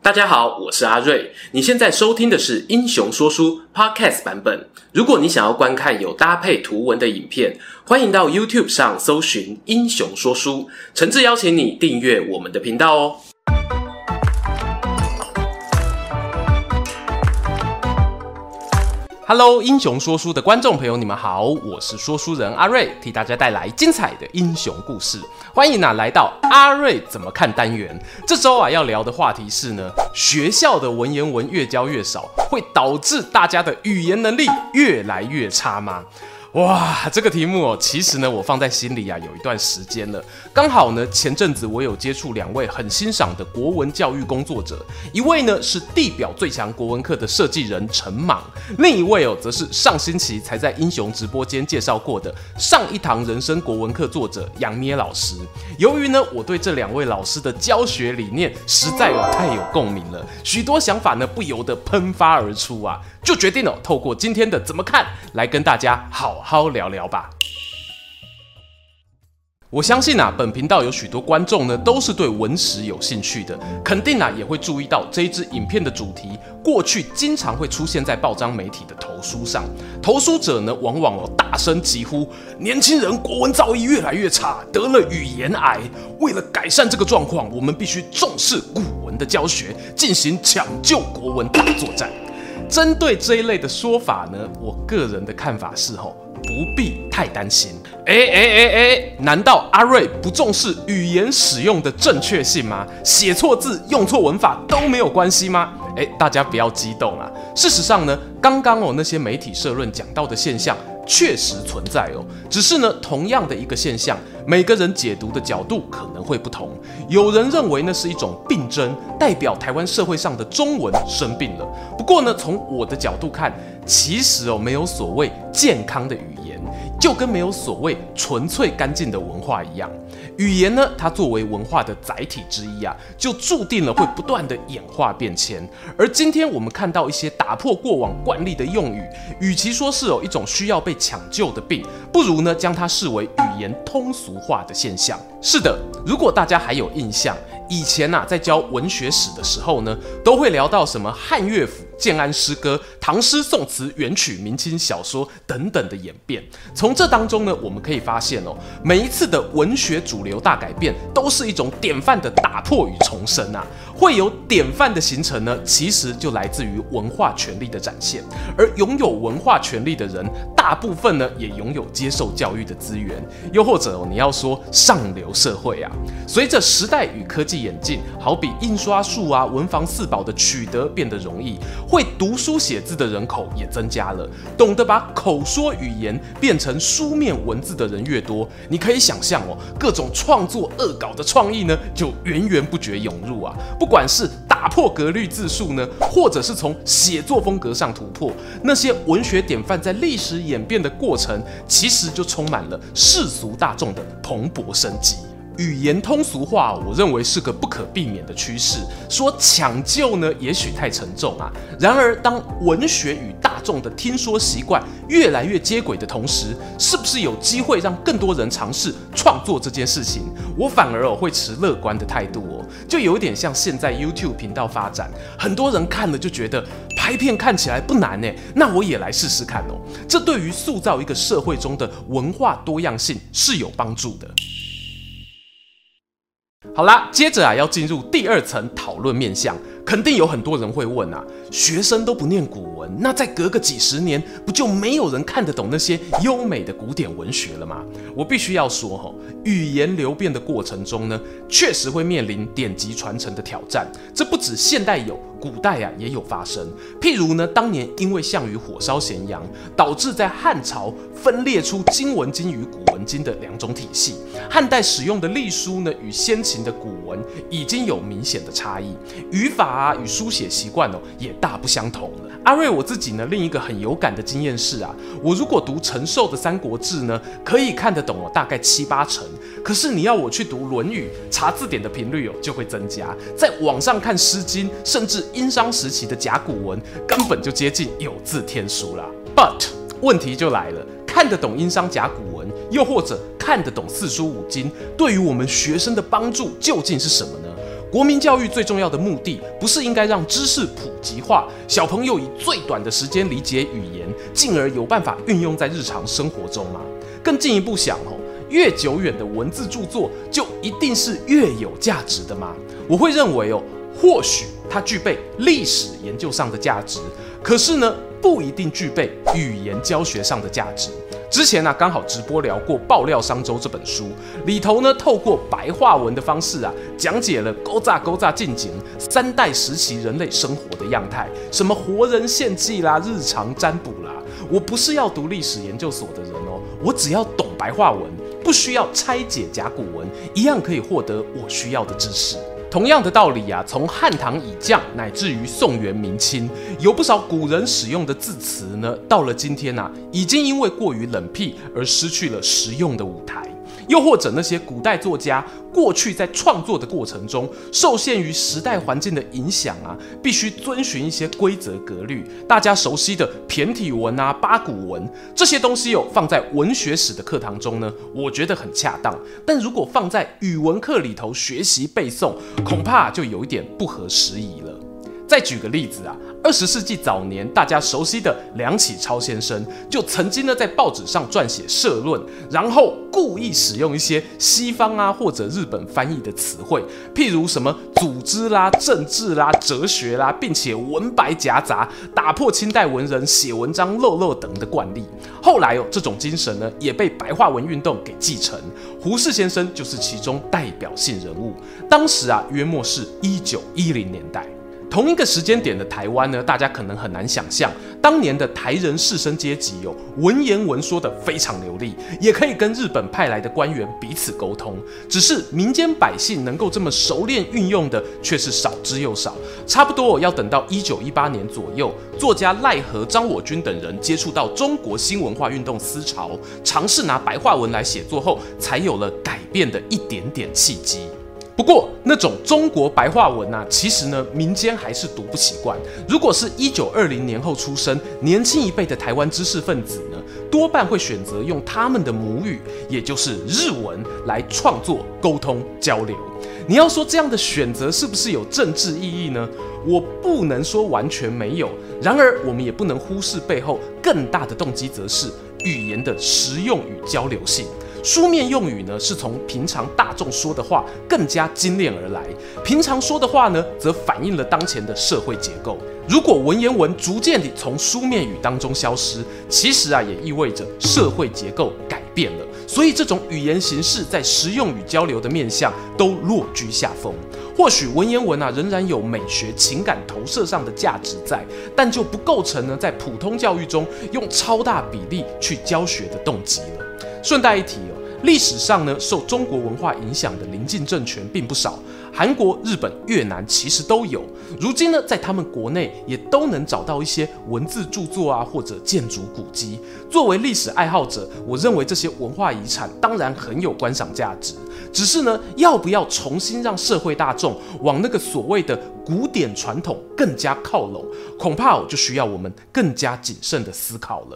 大家好，我是阿瑞。你现在收听的是英雄说书 Podcast 版本。如果你想要观看有搭配图文的影片，欢迎到 YouTube 上搜寻英雄说书，诚挚邀请你订阅我们的频道哦。Hello， 英雄说书的观众朋友，你们好，我是说书人阿瑞，替大家带来精彩的英雄故事。欢迎来到阿瑞怎么看单元。这周要聊的话题是呢，学校的文言文越教越少，会导致大家的语言能力越来越差吗？哇，这个题目其实呢，我放在心里有一段时间了。刚好呢，前阵子我有接触两位很欣赏的国文教育工作者，一位呢是地表最强国文课的设计人陈莽，另一位则是上星期才在英雄直播间介绍过的上一堂人生国文课作者杨咩老师。由于呢，我对这两位老师的教学理念实在太有共鸣了，许多想法呢不由得喷发而出就决定透过今天的怎么看来跟大家好好聊聊吧。我相信本频道有许多观众呢都是对文史有兴趣的，肯定也会注意到这一支影片的主题过去经常会出现在报章媒体的投书上，投书者呢往往大声疾呼年轻人国文造诣越来越差，得了语言癌，为了改善这个状况，我们必须重视古文的教学，进行抢救国文大作战。针对这一类的说法呢，我个人的看法是不必太担心。难道阿瑞不重视语言使用的正确性吗？写错字、用错文法都没有关系吗？大家不要激动事实上呢，刚刚那些媒体社论讲到的现象确实存在只是呢，同样的一个现象，每个人解读的角度可能会不同。有人认为呢是一种病症，代表台湾社会上的中文生病了。不过呢，从我的角度看，其实没有所谓健康的语言，就跟没有所谓纯粹干净的文化一样。语言呢，它作为文化的载体之一就注定了会不断的演化变迁。而今天我们看到一些打破过往惯例的用语，与其说是一种需要被抢救的病，不如呢将它视为语言通俗化的现象。是的，如果大家还有印象，以前在教文学史的时候呢，都会聊到什么汉乐府、建安诗歌、唐诗宋词、元曲、明清小说等等的演变。从这当中呢，我们可以发现每一次的文学主流大改变，都是一种典范的打破与重生会有典范的形成呢，其实就来自于文化权力的展现。而拥有文化权力的人，大部分呢也拥有接受教育的资源，又或者你要说上流社会随着时代与科技演进，好比印刷术文房四宝的取得变得容易，会读书写字的人口也增加了，懂得把口说语言变成书面文字的人越多，你可以想象各种创作恶搞的创意呢就源源不绝涌入不管是打破格律字数呢，或者是从写作风格上突破，那些文学典范在历史演变的过程，其实就充满了世俗大众的蓬勃生机。语言通俗化，我认为是个不可避免的趋势。说抢救呢，也许太沉重然而，当文学与大众的听说习惯越来越接轨的同时，是不是有机会让更多人尝试创作这件事情？我反而会持乐观的态度就有点像现在 YouTube 频道发展，很多人看了就觉得拍片看起来不难那我也来试试看这对于塑造一个社会中的文化多样性是有帮助的。好啦，接着要进入第二层讨论面向。肯定有很多人会问学生都不念古文，那再隔个几十年，不就没有人看得懂那些优美的古典文学了吗？我必须要说语言流变的过程中呢，确实会面临典籍传承的挑战。这不止现代有，古代也有发生。譬如呢，当年因为项羽火烧咸阳，导致在汉朝分裂出今文经与古文经的两种体系。汉代使用的隶书呢，与先秦的古文已经有明显的差异，语法与书写习惯也大不相同了。阿瑞我自己呢，另一个很有感的经验是我如果读陈寿的《三国志》呢，可以看得懂大概7-8成，可是你要我去读《论语》，查字典的频率就会增加。在网上看《诗经》，甚至殷商时期的甲骨文，根本就接近有字天书啦。But 问题就来了，看得懂殷商甲骨文，又或者看得懂四书五经，对于我们学生的帮助究竟是什么呢？ 国民教育最重要的目的，不是应该让知识普及化，小朋友以最短的时间理解语言，进而有办法运用在日常生活中吗？更进一步想越久远的文字著作，就一定是越有价值的吗？我会认为或许它具备历史研究上的价值，可是呢，不一定具备语言教学上的价值。之前刚好直播聊过《爆料商周》这本书，里头呢，透过白话文的方式讲解了勾炸近景3代时期人类生活的样态，什么活人献祭啦、日常占卜啦。我不是要读历史研究所的人我只要懂白话文，不需要拆解甲骨文，一样可以获得我需要的知识。同样的道理从汉唐以降乃至于宋元明清，有不少古人使用的字词呢，到了今天已经因为过于冷僻而失去了实用的舞台。又或者那些古代作家过去在创作的过程中，受限于时代环境的影响必须遵循一些规则格律。大家熟悉的骈体文八股文这些东西放在文学史的课堂中呢，我觉得很恰当。但如果放在语文课里头学习背诵，恐怕就有一点不合时宜了。再举个例子20世纪早年大家熟悉的梁启超先生，就曾经呢在报纸上撰写社论，然后故意使用一些西方或者日本翻译的词汇，譬如什么组织啦、政治啦、哲学啦，并且文白夹杂，打破清代文人写文章漏等的惯例。后来这种精神呢也被白话文运动给继承，胡适先生就是其中代表性人物。当时约莫是1910年代。同一个时间点的台湾呢，大家可能很难想象，当年的台人士绅阶级文言文说得非常流利，也可以跟日本派来的官员彼此沟通。只是民间百姓能够这么熟练运用的，却是少之又少。差不多要等到1918年左右，作家赖和、张我军等人接触到中国新文化运动思潮，尝试拿白话文来写作后，才有了改变的一点点契机。不过，那种中国白话文其实呢，民间还是读不习惯。如果是1920年后出生、年轻一辈的台湾知识分子呢，多半会选择用他们的母语，也就是日文来创作、沟通、交流。你要说这样的选择是不是有政治意义呢？我不能说完全没有，然而我们也不能忽视背后更大的动机，则是语言的实用与交流性。书面用语呢，是从平常大众说的话更加精炼而来，平常说的话呢，则反映了当前的社会结构。如果文言文逐渐地从书面语当中消失，其实也意味着社会结构改变了，所以这种语言形式在实用与交流的面向都落居下风。或许文言文仍然有美学情感投射上的价值在，但就不构成呢在普通教育中用超大比例去教学的动机了。顺带一提历史上呢受中国文化影响的邻近政权并不少，韩国、日本、越南其实都有。如今呢，在他们国内也都能找到一些文字著作或者建筑古迹。作为历史爱好者，我认为这些文化遗产当然很有观赏价值。只是呢，要不要重新让社会大众往那个所谓的古典传统更加靠拢，恐怕就需要我们更加谨慎的思考了。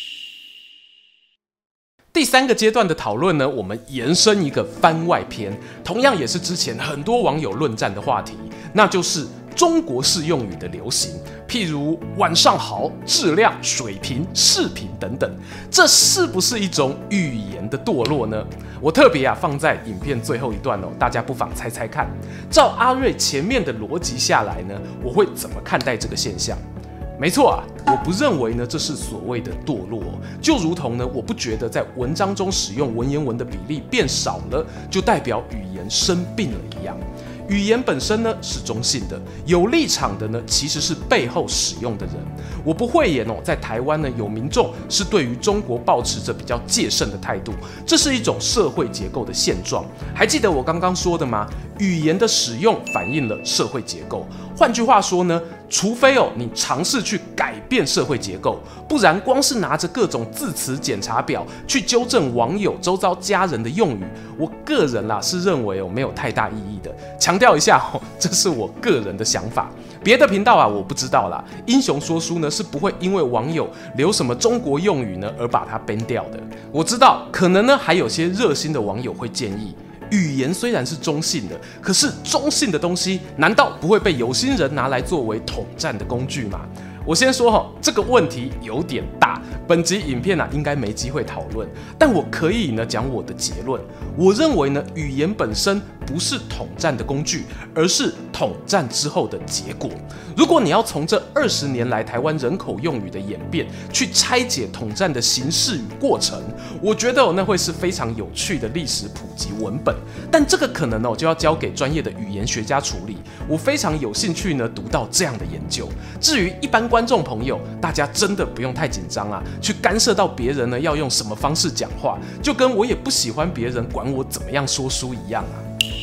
第3个阶段的讨论呢，我们延伸一个番外篇，同样也是之前很多网友论战的话题，那就是中国式用语的流行，譬如晚上好、质量、水平、视频等等，这是不是一种语言的堕落呢？我特别放在影片最后一段大家不妨猜猜看，照阿瑞前面的逻辑下来呢，我会怎么看待这个现象？没错我不认为呢这是所谓的堕落，就如同呢我不觉得在文章中使用文言文的比例变少了，就代表语言生病了一样。语言本身呢是中性的，有立场的呢其实是背后使用的人。我不讳言在台湾呢有民众是对于中国抱持着比较戒慎的态度，这是一种社会结构的现状。还记得我刚刚说的吗？语言的使用反映了社会结构。换句话说呢，除非你尝试去改变社会结构，不然光是拿着各种字词检查表去纠正网友周遭家人的用语，我个人是认为没有太大意义的。强调一下这是我个人的想法，别的频道我不知道啦。英雄说书呢是不会因为网友留什么中国用语呢而把它 ban 掉的。我知道可能呢还有些热心的网友会建议， 语言虽然是中性的，可是中性的东西难道不会被有心人拿来作为统战的工具吗？我先说这个问题有点大，本集影片应该没机会讨论，但我可以讲我的结论。我认为语言本身不是统战的工具，而是统战之后的结果。如果你要从这20年来台湾人口用语的演变去拆解统战的形式与过程，我觉得那会是非常有趣的历史普及文本。但这个可能就要交给专业的语言学家处理。我非常有兴趣读到这样的研究。至于一般观众朋友，大家真的不用太紧张去干涉到别人要用什么方式讲话，就跟我也不喜欢别人管我怎么样说书一样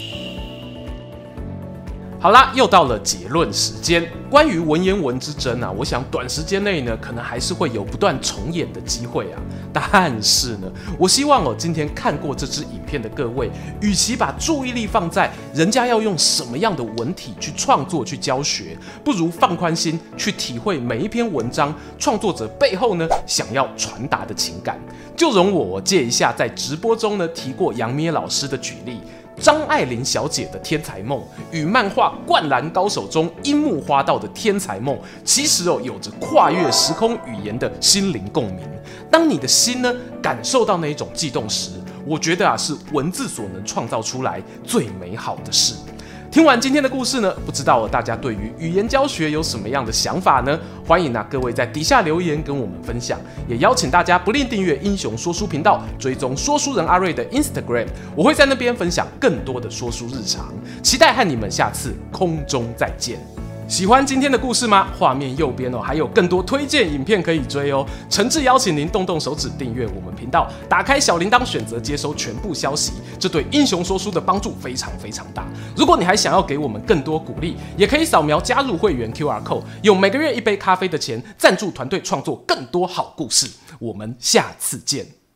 好啦，又到了结论时间。关于文言文之争我想短时间内可能还是会有不断重演的机会但是我希望今天看过这支影片的各位，与其把注意力放在人家要用什么样的文体去创作、去教学，不如放宽心去体会每一篇文章创作者背后想要传达的情感。就容我借一下在直播中提过杨咩老师的举例。张爱玲小姐的天才梦与漫画《灌篮高手》中樱木花道的天才梦，其实有着跨越时空语言的心灵共鸣。当你的心感受到那一种悸动时，我觉得是文字所能创造出来最美好的事。听完今天的故事不知道大家对于语言教学有什么样的想法呢？欢迎各位在底下留言跟我们分享，也邀请大家不吝订阅英雄说书频道，追踪说书人阿瑞的 Instagram， 我会在那边分享更多的说书日常，期待和你们下次空中再见。喜欢今天的故事吗？画面右边还有更多推荐影片可以追哦。诚挚邀请您动动手指订阅我们频道，打开小铃铛，选择接收全部消息，这对英雄说书的帮助非常非常大。如果你还想要给我们更多鼓励，也可以扫描加入会员 QR Code， 用每个月1杯咖啡的钱赞助团队创作更多好故事。我们下次见。